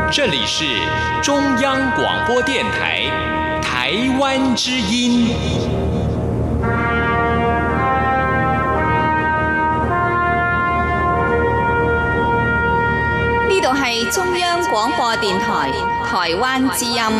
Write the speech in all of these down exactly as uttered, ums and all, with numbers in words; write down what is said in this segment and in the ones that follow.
这里是中央广播电台台湾之音。 呢度係中央廣播電台台灣之音。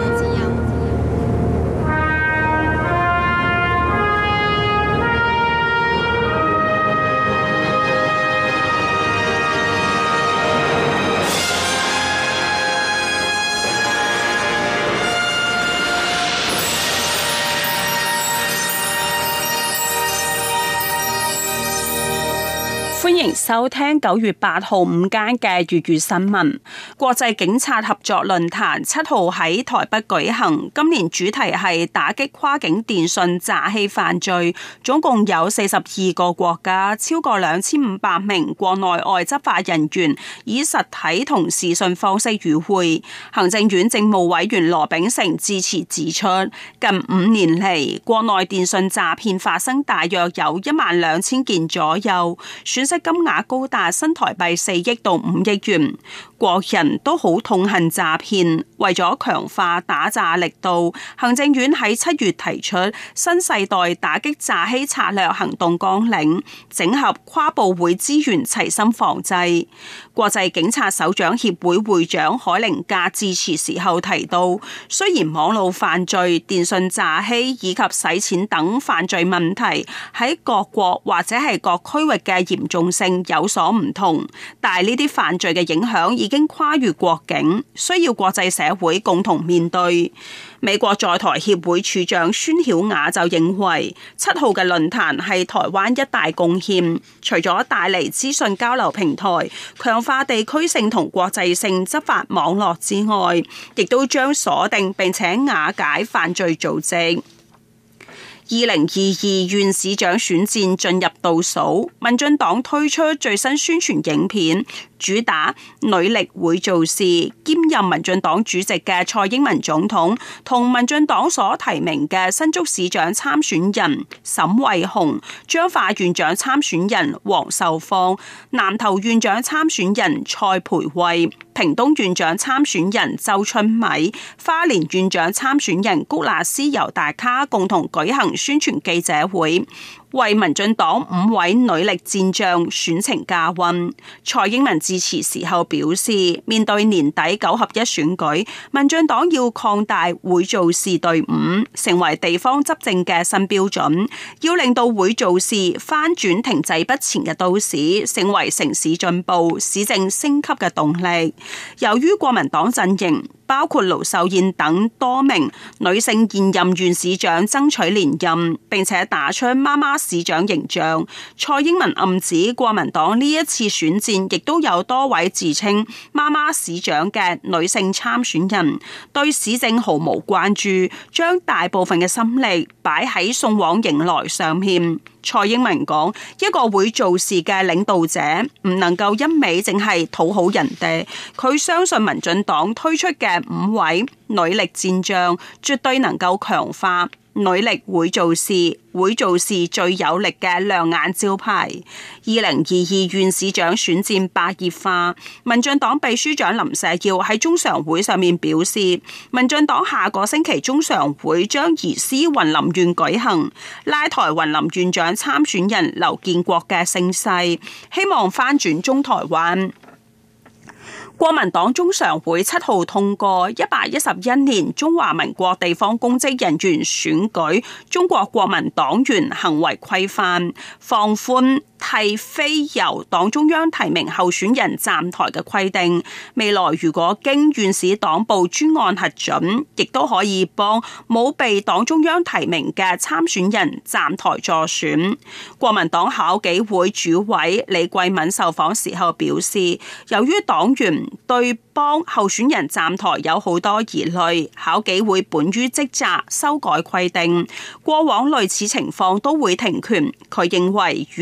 歡迎收聽九月八號午間嘅粵語新聞。國際警察合作論壇七號喺台北舉行，今年主題係打擊跨境電訊詐欺犯罪，總共有四十二個國家，超過兩千五百名國內外執法人員以實體同視訊方式與會。行政院政務委員羅秉成致辭指出，近五年嚟，國內電訊詐騙發生大約有一萬兩千件左右，損失金額高達新台幣四億到五億元，國人都好痛恨詐騙。為咗強化打詐力度，行政院喺七月提出新世代打擊詐欺策略行動綱領，整合跨部會資源，齊心防制。國際警察首長協會會長海靈格致辭時候提到，雖然網絡犯罪、電訊詐欺以及洗錢等犯罪問題喺各國或者係各區域嘅嚴重性有所唔同，但係呢啲犯罪嘅影響已經跨越國境，需要國際社會共同面對。美國在台協會處長孫曉雅就認為，七號嘅論壇係台灣一大貢獻，除咗帶嚟資訊交流平台、強化地區性同國際性執法網絡之外，亦都將鎖定並且瓦解犯罪組織。二零二二縣市長選戰進入倒數，民進黨推出最新宣傳影片，主打女力會做事。兼任民進黨主席嘅蔡英文總統同民進黨所提名嘅新竹市長參選人沈慧虹、彰化縣長參選人黃秀芳、南投縣長參選人蔡培慧、屏東縣長參選人周春米、花蓮縣長參選人谷辣斯尤達卡共同舉行宣傳記者會，為民進黨五位女力戰將選情加溫。蔡英文致辭時候表示，面對年底九合一選舉，民進黨要擴大會做事隊伍，成為地方執政嘅新標準，要令到會做事翻轉停滯不前嘅都市，成為城市進步、市政升級嘅動力。由於國民黨陣營包括盧秀燕等多名女性現任縣市長爭取連任，並且打出媽媽市長形象，蔡英文暗指國民黨呢一次選戰亦都有多位自稱媽媽市長嘅女性參選人，對市政毫無關注，將大部分嘅心力擺喺送往迎來上面。蔡英文講，一個會做事嘅領導者唔能夠一味淨係討好人哋，佢相信民進黨推出嘅五位女力戰將絕對能夠強化女力會做事，會做事最有力嘅亮眼招牌。二零二二縣市長選戰白熱化，民進黨秘書長林錫耀喺中常會上面表示，民進黨下個星期中常會將移師雲林縣舉行，拉抬雲林縣長參選人劉建國嘅聲勢，希望翻轉中台灣。國民黨中常會七號通過一百一十一年中華民國地方公職人員選舉中國國民黨員行為規範，放寬替非由黨中央提名候選人站台嘅規定。未來如果經縣市黨部專案核准，亦都可以幫冇被黨中央提名嘅參選人站台助選。國民黨考紀會主委李桂敏受訪時候表示，由於黨員對幫候選人站台有好多疑慮，考紀會本於職責修改規定，過往類似情況都會停權。佢認為與其是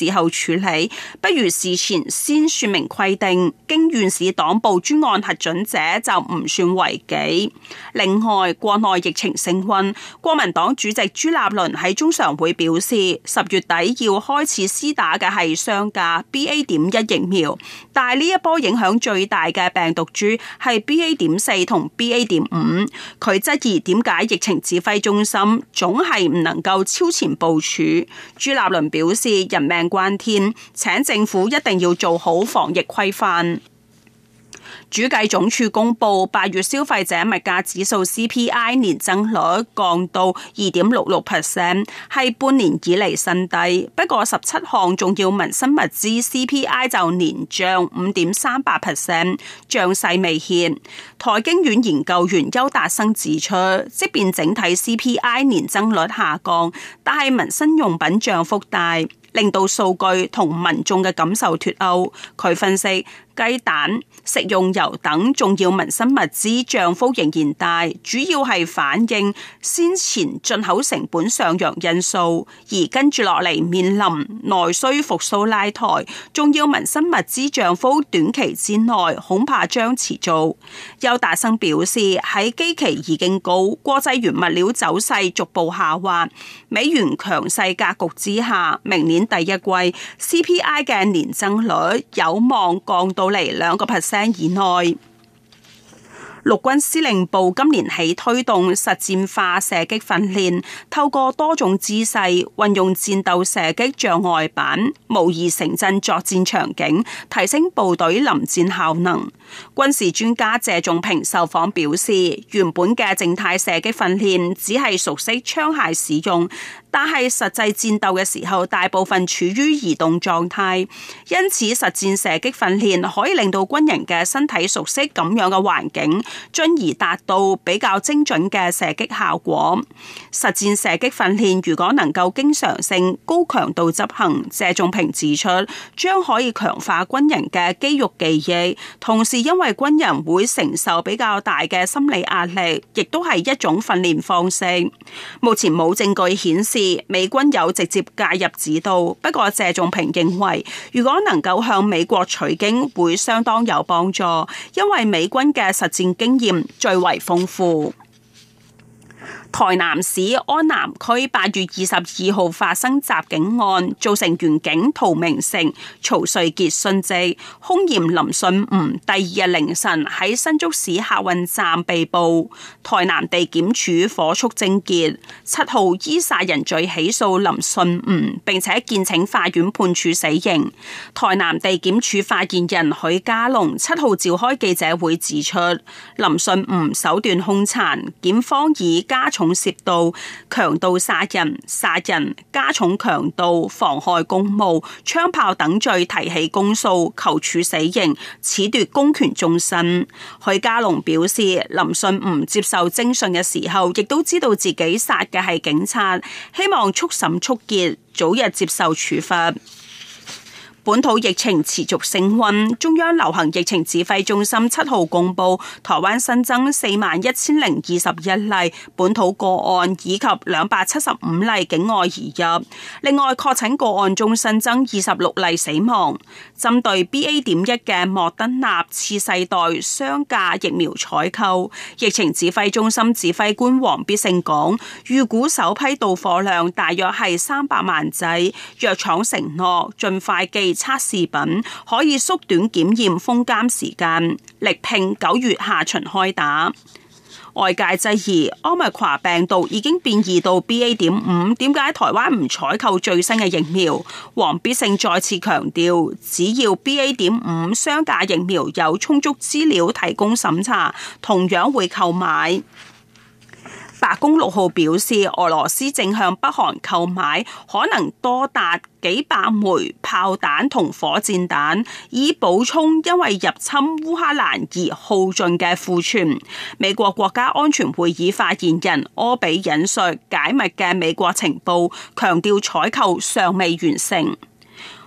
時候處理，不如事前先說明規定，經院士黨部專案核准者就唔算違紀。另外，國內疫情升溫，國民黨主席朱立倫喺中常會表示，十月底要開始施打嘅係雙價 B A 點一疫苗，但係呢一波影響最大嘅病毒株係 B A 點四同 B A 點五。佢質疑點解疫情指揮中心總係唔能夠超前部署。朱立倫表示，人命關天，請政府一定要做好防疫規範。主計總處公布八月消費者物價指數 C P I 年增率降到二點六六 percent， 係半年以嚟新低。不過十七項重要民生物資 C P I 就年漲五點三八 percent， 漲勢未顯。台經院研究員邱達生指出，即便整體 C P I 年增率下降，但係民生用品漲幅大，令到數據同民眾嘅感受脫鈎。佢分析，雞蛋、食用油等重要民生物資漲幅仍然大，主要係反映先前進口成本上揚因素，而跟住落嚟面臨內需復甦拉抬，重要民生物資漲幅短期之內恐怕將持續。邱達生表示，喺基期已經高，國際原物料走勢逐步下滑，美元強勢格局之下，明年第一季 C P I 嘅年增率有望降到嚟兩個 percent 以內。陸軍司令部今年起推動實戰化射擊訓練，透過多種姿勢運用戰鬥射擊障礙板，模擬城鎮作戰場景，提升部隊臨戰效能。軍事專家謝仲平受訪表示，原本嘅靜態射擊訓練只係熟悉槍械使用，但係實際戰鬥嘅時候，大部分處於移動狀態，因此實戰射擊訓練可以令到軍人嘅身體熟悉咁樣嘅環境，進而達到比較精準嘅射擊效果。實戰射擊訓練如果能夠經常性高強度執行，謝仲平指出，將可以強化軍人嘅肌肉記憶，同時因為軍人會承受比較大嘅心理壓力，亦都係一種訓練方式。目前冇證據顯示美軍有直接介入指導，不過謝仲平認為，如果能夠向美國取經，會相當有幫助，因為美軍嘅實戰經驗最為豐富。台南市安南區八月二十二號發生襲警案，造成員警涂明成、曹瑞傑殉職，兇嫌林信吾第二日凌晨喺新竹市客運站被捕。台南地檢署火速偵結，七號依殺人罪起訴林信吾，並且建請法院判處死刑。台南地檢署發言人許嘉龍七號召開記者會指出，林信吾手段兇殘，檢方以加重涉盜、強盜殺人、殺人、加重強盜、妨害公務、槍炮等罪提起公訴，求處死刑，褫奪公權終身。許嘉龍表示，林信吾接受偵訊嘅時候，亦都知道自己殺嘅係警察，希望速審速結，早日接受處罰。本土疫情持續升溫，中央流行疫情指揮中心七號公布，台灣新增四萬一千零二十一例本土個案，以及兩百七十五例境外移入。另外，確診個案中新增二十六例死亡。針對 B A 點一嘅莫德納次世代雙價疫苗採購，疫情指揮中心指揮官王必勝講，預估首批到貨量大約係三百萬劑，藥廠承諾盡快寄測試品，可以縮短檢驗封監時間，力拼九月下旬開打。外界質疑 Omicron 病毒已經變異到 B A 點五，點解台灣唔採購最新嘅疫苗？王必勝再次強調，只要 B A 點五雙價疫苗有充足資料提供審查，同樣會購買。白宮六號表示，俄羅斯正向北韓購買可能多達幾百枚炮彈同火箭彈，以補充因為入侵烏克蘭而耗盡嘅庫存。美國國家安全會議發言人柯比引述解密嘅美國情報，強調採購尚未完成。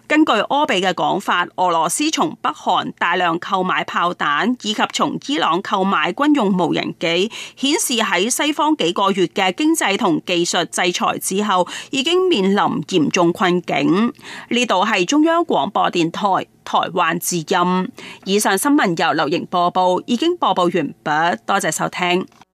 根據柯比嘅講法，俄羅斯從北韓大量購買炮彈，以及從伊朗購買軍用無人機，顯示喺西方幾個月嘅經濟同技術制裁之後，已經面臨嚴重困境。呢度係中央廣播電台台灣之音。以上新聞由劉瑩播報，已經播報完畢，多謝收聽。